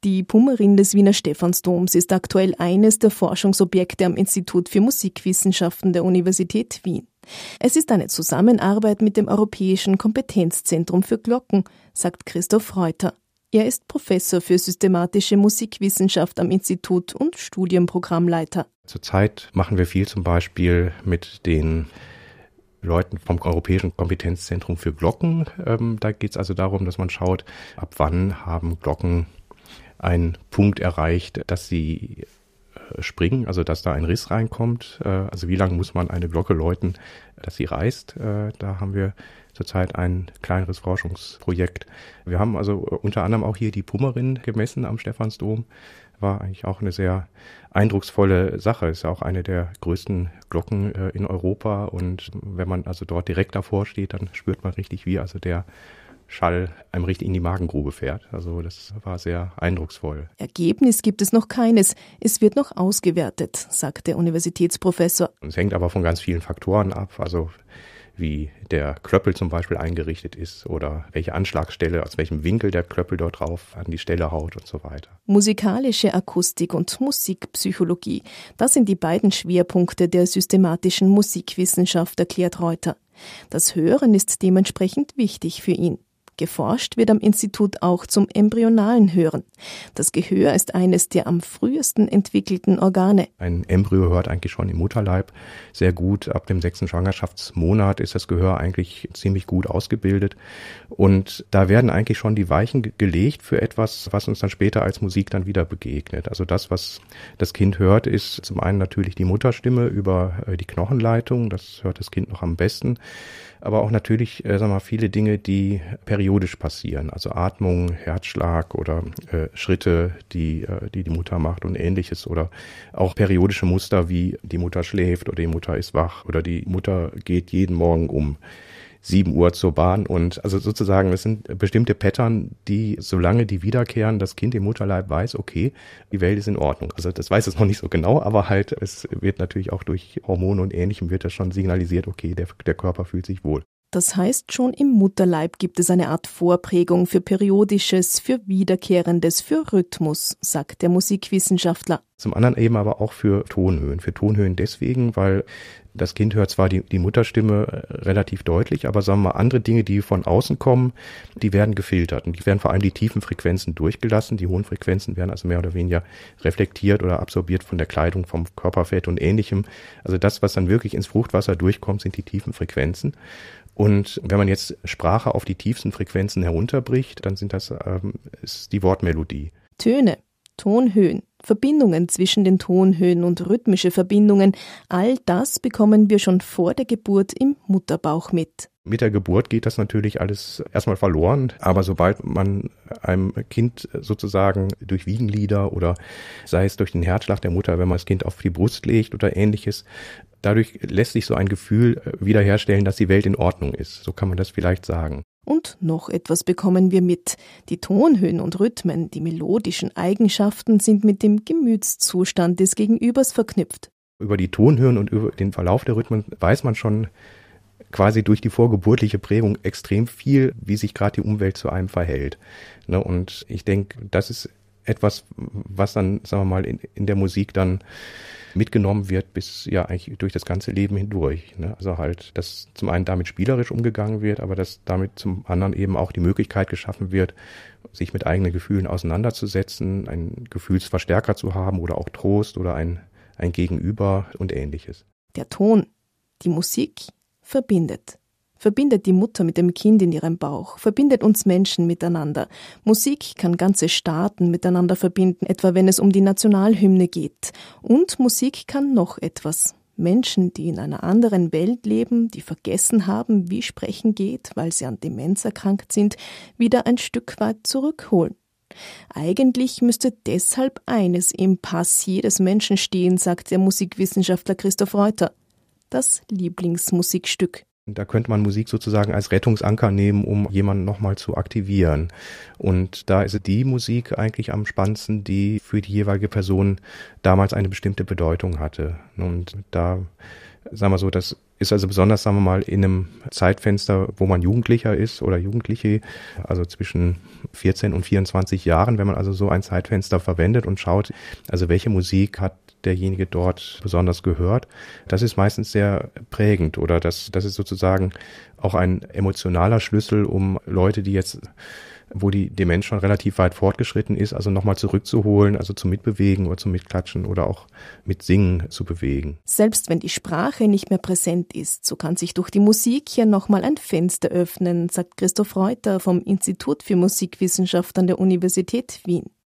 Die Pummerin des Wiener Stephansdoms ist aktuell eines der Forschungsobjekte am Institut für Musikwissenschaften der Universität Wien. Es ist eine Zusammenarbeit mit dem Europäischen Kompetenzzentrum für Glocken, sagt Christoph Reuter. Er ist Professor für systematische Musikwissenschaft am Institut und Studienprogrammleiter. Zurzeit machen wir viel zum Beispiel mit den Leuten vom Europäischen Kompetenzzentrum für Glocken. Da geht es also darum, dass man schaut, ab wann haben Glocken einen Punkt erreicht, dass sie springen, also dass da ein Riss reinkommt. Also wie lange muss man eine Glocke läuten, dass sie reißt. Da haben wir zurzeit ein kleineres Forschungsprojekt. Wir haben also unter anderem auch hier die Pummerin gemessen am Stephansdom. War eigentlich auch eine sehr eindrucksvolle Sache. Ist ja auch eine der größten Glocken in Europa. Und wenn man also dort direkt davor steht, dann spürt man richtig, wie also der Schall einem richtig in die Magengrube fährt. Also das war sehr eindrucksvoll. Ergebnis gibt es noch keines. Es wird noch ausgewertet, sagt der Universitätsprofessor. Es hängt aber von ganz vielen Faktoren ab. Also wie der Klöppel zum Beispiel eingerichtet ist oder welche Anschlagstelle, aus welchem Winkel der Klöppel dort drauf an die Stelle haut und so weiter. Musikalische Akustik und Musikpsychologie, das sind die beiden Schwerpunkte der systematischen Musikwissenschaft, erklärt Reuter. Das Hören ist dementsprechend wichtig für ihn. Geforscht wird am Institut auch zum embryonalen Hören. Das Gehör ist eines der am frühesten entwickelten Organe. Ein Embryo hört eigentlich schon im Mutterleib sehr gut. Ab dem 6. Schwangerschaftsmonat ist das Gehör eigentlich ziemlich gut ausgebildet. Und da werden eigentlich schon die Weichen gelegt für etwas, was uns dann später als Musik dann wieder begegnet. Also das, was das Kind hört, ist zum einen natürlich die Mutterstimme über die Knochenleitung. Das hört das Kind noch am besten. Aber auch natürlich, viele Dinge, die periodisch passieren. Also Atmung, Herzschlag oder Schritte, die Mutter macht und Ähnliches. Oder auch periodische Muster, wie die Mutter schläft oder die Mutter ist wach oder die Mutter geht jeden Morgen um 7 Uhr zur Bahn. Und also sozusagen, es sind bestimmte Pattern, die, solange die wiederkehren, das Kind im Mutterleib weiß, okay, die Welt ist in Ordnung. Also das weiß es noch nicht so genau, aber halt, es wird natürlich auch durch Hormone und Ähnlichem wird das schon signalisiert, okay, der Körper fühlt sich wohl. Das heißt, schon im Mutterleib gibt es eine Art Vorprägung für Periodisches, für Wiederkehrendes, für Rhythmus, sagt der Musikwissenschaftler. Zum anderen eben aber auch für Tonhöhen. Für Tonhöhen deswegen, weil das Kind hört zwar die Mutterstimme relativ deutlich, aber sagen wir mal, andere Dinge, die von außen kommen, die werden gefiltert. Und die werden vor allem die tiefen Frequenzen durchgelassen. Die hohen Frequenzen werden also mehr oder weniger reflektiert oder absorbiert von der Kleidung, vom Körperfett und Ähnlichem. Also das, was dann wirklich ins Fruchtwasser durchkommt, sind die tiefen Frequenzen. Und wenn man jetzt Sprache auf die tiefsten Frequenzen herunterbricht, dann ist die Wortmelodie. Töne, Tonhöhen, Verbindungen zwischen den Tonhöhen und rhythmische Verbindungen, all das bekommen wir schon vor der Geburt im Mutterbauch mit. Mit der Geburt geht das natürlich alles erstmal verloren, aber sobald man einem Kind sozusagen durch Wiegenlieder oder sei es durch den Herzschlag der Mutter, wenn man das Kind auf die Brust legt oder Ähnliches, dadurch lässt sich so ein Gefühl wiederherstellen, dass die Welt in Ordnung ist. So kann man das vielleicht sagen. Und noch etwas bekommen wir mit. Die Tonhöhen und Rhythmen, die melodischen Eigenschaften sind mit dem Gemütszustand des Gegenübers verknüpft. Über die Tonhöhen und über den Verlauf der Rhythmen weiß man schon quasi durch die vorgeburtliche Prägung extrem viel, wie sich gerade die Umwelt zu einem verhält. Und ich denke, das ist etwas, was dann, sagen wir mal, in der Musik dann mitgenommen wird bis ja eigentlich durch das ganze Leben hindurch. Also halt, dass zum einen damit spielerisch umgegangen wird, aber dass damit zum anderen eben auch die Möglichkeit geschaffen wird, sich mit eigenen Gefühlen auseinanderzusetzen, einen Gefühlsverstärker zu haben oder auch Trost oder ein Gegenüber und Ähnliches. Der Ton, die Musik verbindet. Verbindet die Mutter mit dem Kind in ihrem Bauch, verbindet uns Menschen miteinander. Musik kann ganze Staaten miteinander verbinden, etwa wenn es um die Nationalhymne geht. Und Musik kann noch etwas. Menschen, die in einer anderen Welt leben, die vergessen haben, wie Sprechen geht, weil sie an Demenz erkrankt sind, wieder ein Stück weit zurückholen. Eigentlich müsste deshalb eines im Pass jedes Menschen stehen, sagt der Musikwissenschaftler Christoph Reuter: das Lieblingsmusikstück. Da könnte man Musik sozusagen als Rettungsanker nehmen, um jemanden nochmal zu aktivieren. Und da ist die Musik eigentlich am spannendsten, die für die jeweilige Person damals eine bestimmte Bedeutung hatte. Und da Sagen wir so, das ist also besonders, sagen wir mal, in einem Zeitfenster, wo man Jugendlicher ist oder Jugendliche, also zwischen 14 und 24 Jahren, wenn man also so ein Zeitfenster verwendet und schaut, also welche Musik hat derjenige dort besonders gehört. Das ist meistens sehr prägend oder das ist sozusagen auch ein emotionaler Schlüssel, um Leute, die jetzt, wo die Demenz schon relativ weit fortgeschritten ist, also nochmal zurückzuholen, also zum Mitbewegen oder zum Mitklatschen oder auch Mitsingen zu bewegen. Selbst wenn die Sprache nicht mehr präsent ist, so kann sich durch die Musik ja nochmal ein Fenster öffnen, sagt Christoph Reuter vom Institut für Musikwissenschaft an der Universität Wien.